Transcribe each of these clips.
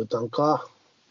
タンか。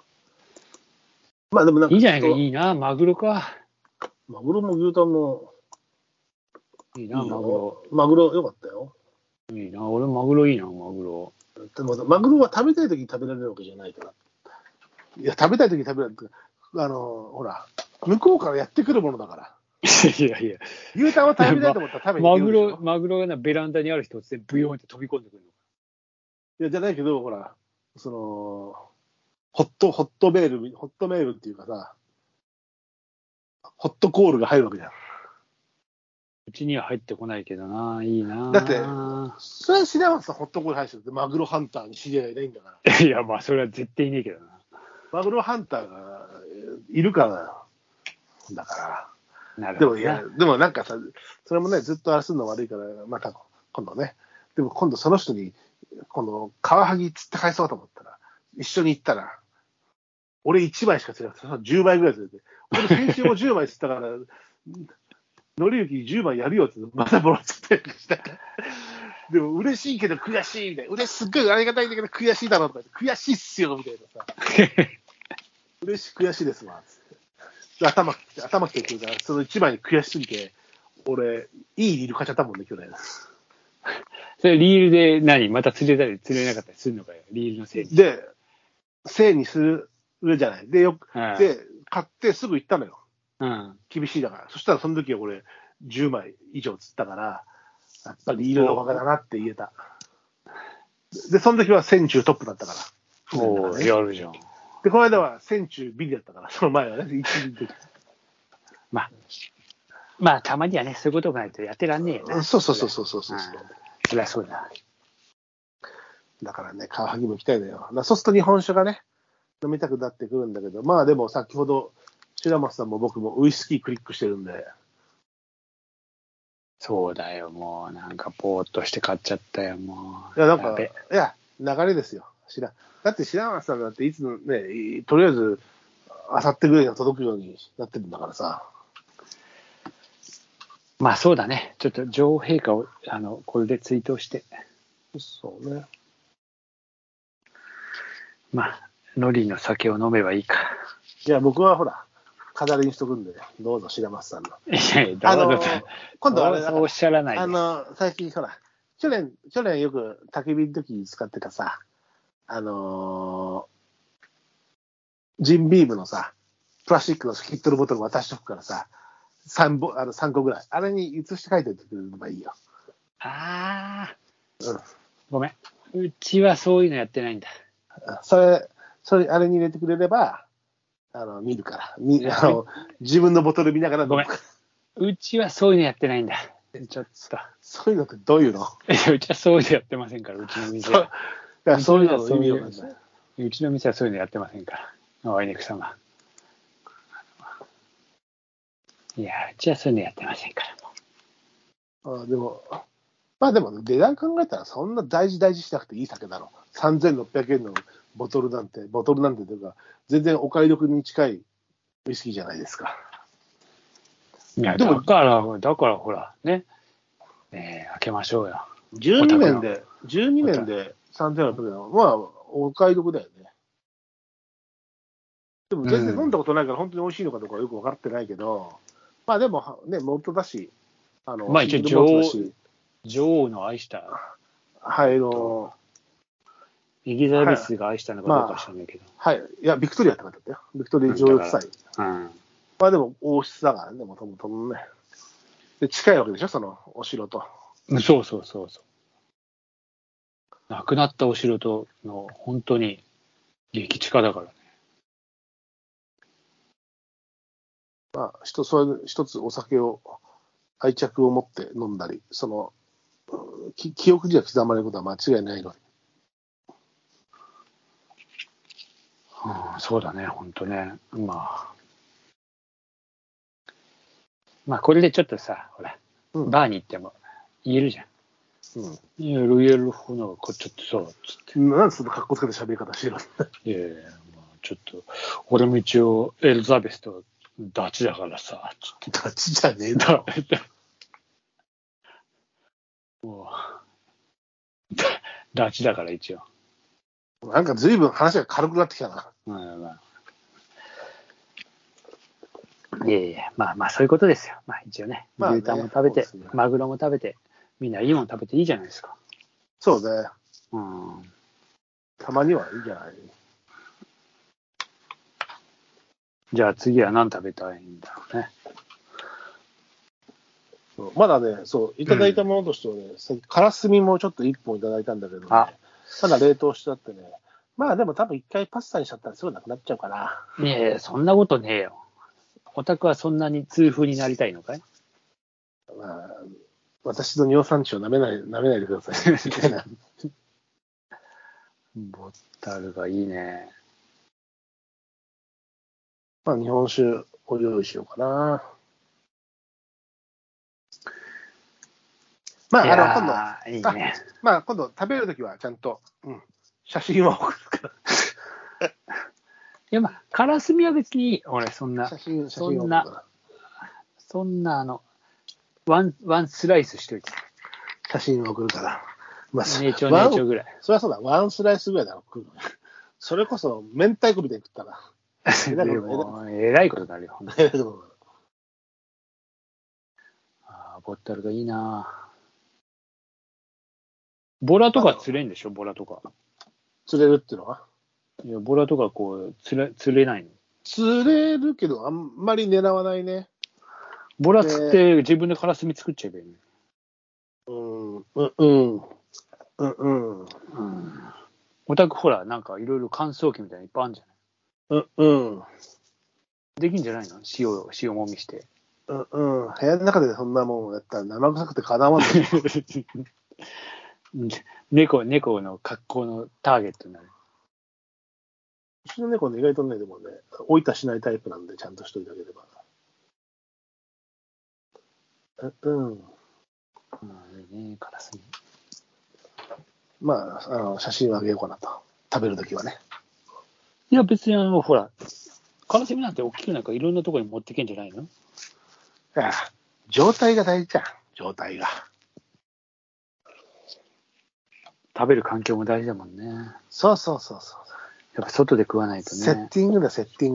まあでもなんか。 いいじゃないか、いいな、マグロか。 マグロも牛タンも。 いいな、マグロ。 マグロよかったよ。 いいな、俺マグロいいな、マグロ。 でもマグロは食べたい時に食べられるわけじゃないから。いや、食べたい時に食べられる。ほら、向こうからやってくるものだから。 いやいや。 牛タンは食べたいと思ったら食べに行けるでしょ。 マグロがな、ベランダにある人ってブヨーンって飛び込んでくるの。 いや、じゃないけど、ほら、ホットメールっていうかさ、ホットコールが入るわけじゃん。 うちには入ってこないけどな、いいな。 だって、それは知らんさ、ホットコール入ってるって、マグロハンターに知り合いがいないんだから。 いや、まあ、それは絶対いねえけどな。 マグロハンターがいるからだから。 なるほど。 でもなんかさ、それもね、ずっとあれするの悪いから、また今度ね。でも今度その人に、今度、カワハギ釣って返そうと思ったら、一緒に行ったら、俺1枚しか釣れなくて、10枚ぐらい釣れて、俺先週も10枚釣ったから、のりゆき10枚やるよって、またもらっちゃったりした。でも嬉しいけど悔しいみたいな。すっごいありがたいんだけど悔しいだろうとか言って、悔しいっすよみたいなさ。悔しいですわ。つって頭きてくるから、その1枚に悔しすぎて、俺、いいリール買っちゃったもんね、去年。 それリールでまた釣れたり釣れなかったりするのかよ、リールのせいに。 で、せいにするじゃない。で、で、買ってすぐ行ったのよ。 うん。 厳しいだから。そしたらその時は俺、10枚以上釣ったから、やっぱりリールのおかげだなって言えた。で、その時は戦中トップだったから。 おー、やるじゃん。 で、この間は戦中ビリだったから、その前はね、1時の時。 まあ、たまにはね、そういうことがないとやってらんねえよな。 そう。 そりゃそうだ。 だからね、カワハギも行きたいのよ。そうすると日本酒がね、飲みたくなってくるんだけど、まあでも先ほど、白松さんも僕もウイスキークリックしてるんで。 そうだよ、もう、なんか、ぼーっとして買っちゃったよ、もう。 いや、なんか、いや、流れですよ。だって白松さんだっていつもね、とりあえず、あさってぐらいには届くようになってるんだからさ。 まあそうだね。ちょっと女王陛下を、これで追悼して。 そうね。 まあ、ノリの酒を飲めばいいか。 いや、僕はほら、飾りにしとくんで、どうぞ白松さんの。 いやいや、 今度あれそうおっしゃらないで。 最近ほら、去年よく焚き火の時に使ってたさ、ジンビームのさ、プラスチックのヒットルボトル渡しとくからさ、3個ぐらい。あれに写して書いておいてくれればいいよ。 ごめん。うちはそういうのやってないんだ。 それ、あれに入れてくれれば、見るから。自分のボトル見ながら飲む。 ごめん。うちはそういうのやってないんだ。ちょっと。 そういうのってどういうの？ うちはそういうのやってませんから、うちの店は。 そういうの意味わかんない。 うちの店はそういうのやってませんから。おいにく様。いや、うちはそういうのやってませんからもう。 でも、値段考えたらそんな大事しなくていい酒だろ。3600円のボトルなんてというか、全然お買い得に近いウイスキーじゃないですか。 いや、だからほら、ね。開けましょうよ。 12年で3600円は、まあ、お買い得だよね。でも全然飲んだことないから本当に美味しいのかどうかはよく分かってないけど、まあでもね、モルトだし、 まあ一応女王の愛した、 はい、 エリザベスが愛したのかどうか知らないけど。 はい。いや、ビクトリアって書いてあったよ。ビクトリア女王夫妻。まあでも王室だからね、もともとね。で、近いわけでしょ、そのお城と。 そう。亡くなったお城との本当に激近だからね。 まあ、そういう一つお酒を愛着を持って飲んだり、記憶には刻まれることは間違いないのに。 そうだね、本当ね。まあこれでちょっとさ、ほら、バーに行っても言えるじゃん。言えるほどこっちょっとさ、つって。 なんでそんな格好つけて喋り方してるの？ いや、ちょっと俺も一応エリザベスとダチだからさ、 つって。ダチじゃねえだろ。 もうダチだから一応。 なんか随分話が軽くなってきたな。 いえいえ、まあそういうことですよ。まあ一応ね、牛タンも食べて、マグロも食べて、みんないいもの食べていいじゃないですか。 そうね。たまにはいいじゃない。 じゃあ次は何食べたいんだろうね。 まだね、そう、いただいたものとしてはね、からすみもちょっと1本いただいたんだけどね、まだ冷凍してあってね、まあでも多分一回パスタにしちゃったらすぐなくなっちゃうかな。 いやいや、そんなことねえよ。オタクはそんなに痛風になりたいのかい？ まあ、私の尿酸値を舐めないでください。みたいな。 ボッタルがいいね。 まあ日本酒を用意しようかな。まあ、 今度、いいね。 まあ今度食べるときはちゃんと、写真は送るから。 いやまあ、からすみは別に、俺そんな、そんなワンスライスしといて。 写真を送るから。 まあ、ネチョぐらい。 そりゃそうだ、ワンスライスぐらいだろ、食うの。それこそ、明太子みたいに食ったら。 えらいことになるよ。ボッタルがいいな。ボラとか釣れんでしょ、ボラとか。 釣れるっていうのは？ いや、ボラとかこう、釣れないの？ 釣れるけど、あんまり狙わないね。 ボラ釣って自分でカラスミ作っちゃえばいいね。オタクほら、なんかいろいろ乾燥機みたいなのいっぱいあるんじゃない？できんじゃないの？塩もみして。 部屋の中でそんなもんやったら生臭くてかなわんない。 猫の格好のターゲットになる。 うちの猫ね、意外とね、でもね、置いたしないタイプなんで、ちゃんとしといてあげれば。 まあいいね、カラスミ。 まあ、写真をあげようかなと。食べるときはね。 いや、別にほら、カラスミなんて大きくなんかいろんなところに持ってけんじゃないの？いや、状態が大事じゃん、状態が。 食べる環境も大事だもんね。 そう。 やっぱ外で食わないとね。 セッティング。セッテ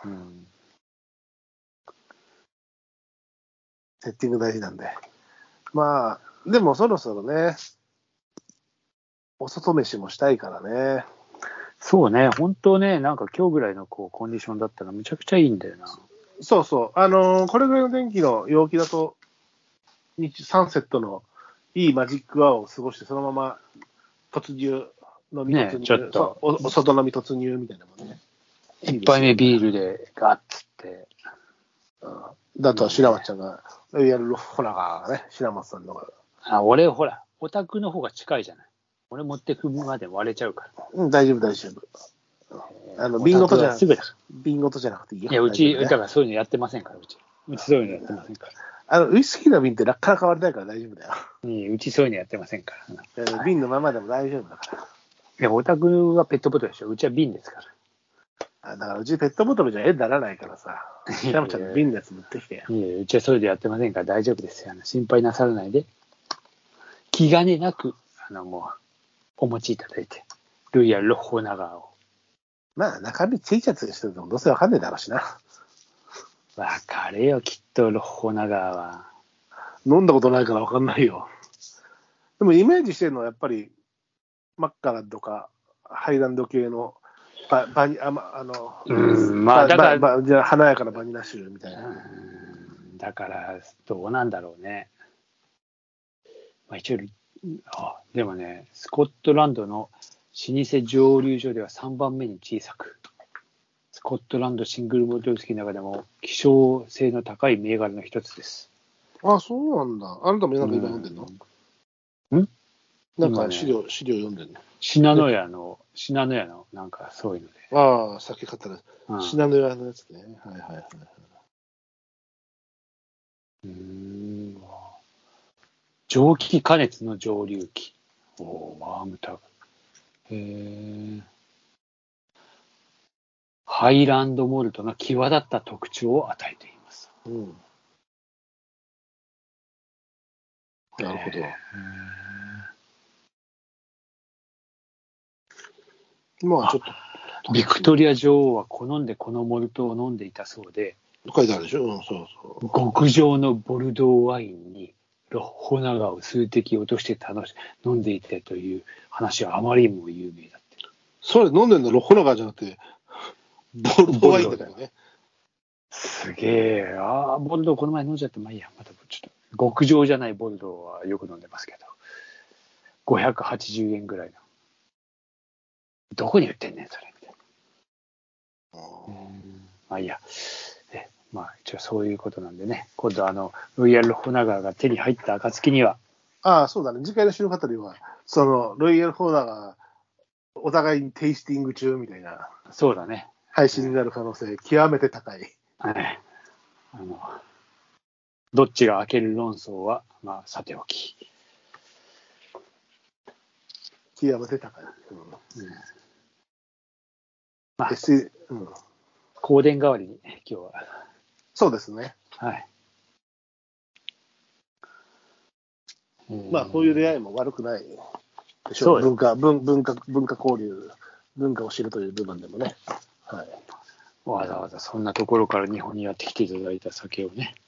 ィング大事なんで。まあ、でもそろそろね、お外飯もしたいからね。 そうね、本当ね、なんか今日ぐらいのコンディションだったらむちゃくちゃいいんだよな。 そう。これぐらいの天気の陽気だと、サンセットのいいマジックアワーを過ごして、そのまま突入、飲み突入、 ちょっとお外飲み突入みたいなもんね。 一杯目ビールでガッつって。 だと白松ちゃんが、ほらがね、白松さんのが。 俺ほら、オタクの方が近いじゃない。俺持ってくまで割れちゃうから。 大丈夫。瓶ごとじゃなくていいよ。 いや、うち、だからそういうのやってませんから、うちそういうのやってませんから。 ウイスキーの瓶ってなかなか割れないから大丈夫だよ。 うちそういうのやってませんから。 瓶のままでも大丈夫だから。 いや、オタクはペットボトルでしょ。うちは瓶ですから。 だからうちペットボトルじゃ絵にならないからさ。白松ちゃんの瓶のやつ持ってきてよ。 うちはそういうのやってませんから大丈夫ですよ。心配なさらないで。気兼ねなく、もう、お持ちいただいて。ルイヤロッホナガーを。 まあ、中身ついちゃってる人でもどうせわかんないだろうしな。 わかれよ、きっと、ロッホナガーは。 飲んだことないからわかんないよ。でもイメージしてるのはやっぱり、マッカラとか、ハイランド系の、だから、じゃあ華やかなバニラ臭みたいな。 だから、どうなんだろうね。まあ、一応、でもね、スコットランドの老舗蒸留所では3番目に小さく、スコットランドシングルモルトウイスキーの中でも希少性の高い銘柄の一つです。 そうなんだ。あなたもなんか今読んでんの？なんか資料読んでんの？ 信濃屋の、なんかそういうので。さっき買ったら、信濃屋のやつね。はい。 蒸気加熱の蒸留機。ワームタグ。ハイランドモルトの際立った特徴を与えています。 なるほど。 まあちょっと。 ビクトリア女王は好んでこのモルトを飲んでいたそうで、 書いてあるでしょ。うん、そうそう。 極上のボルドーワインにロッホナガを数滴落として飲んでいたという話はあまりにも有名だって。 それ飲んでんのロッホナガーじゃなくて、ボルドワインだよね。 すげえ。ああ、ボルドーこの前飲んじゃって、まあいいや、またちょっと、極上じゃないボルドーはよく飲んでますけど、580円ぐらいの。どこに売ってんねん、それ、みたいな。まあいいや。まあ一応そういうことなんでね、今度ロイヤルロッホナガーが手に入った暁には。 ああ、そうだね。次回の収録あたりは、その、ロイヤルホーナーが、お互いにテイスティング中みたいな。 そうだね。 配信になる可能性、極めて高い。 はい。どっちが開ける論争は、まあ、さておき。 極めて高い。 まあ、香典代わりに、今日は。 そうですね。 はい。 まあ、こういう出会いも悪くないでしょう。文化交流、文化を知るという部分でもね。はい。 わざわざそんなところから日本にやってきていただいた酒をね。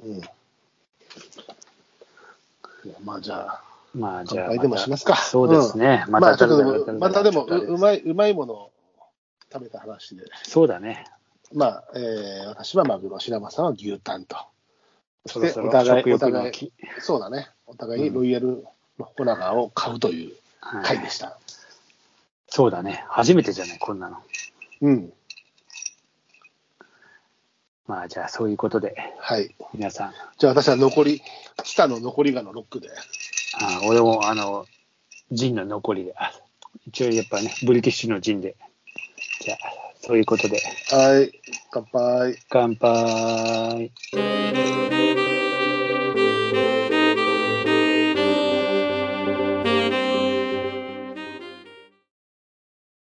まあじゃあ、 乾杯でもしますか。 そうですね。 またでもうまいものを食べた話で。 そうだね。 まあ、私はマグロ、白間さんは牛タンと。 そしてお互い、 そうだね。お互いにロイヤルロッホナガーを買うという回でした。 そうだね。初めてじゃない、こんなの。 うん。 まあじゃあそういうことで、 はい。 皆さん。 じゃあ私はツタの残りがのロックで。 俺もジンの残りで。一応やっぱね、ブリティッシュのジンで。じゃあ、そういうことで。 はい。乾杯。 乾杯。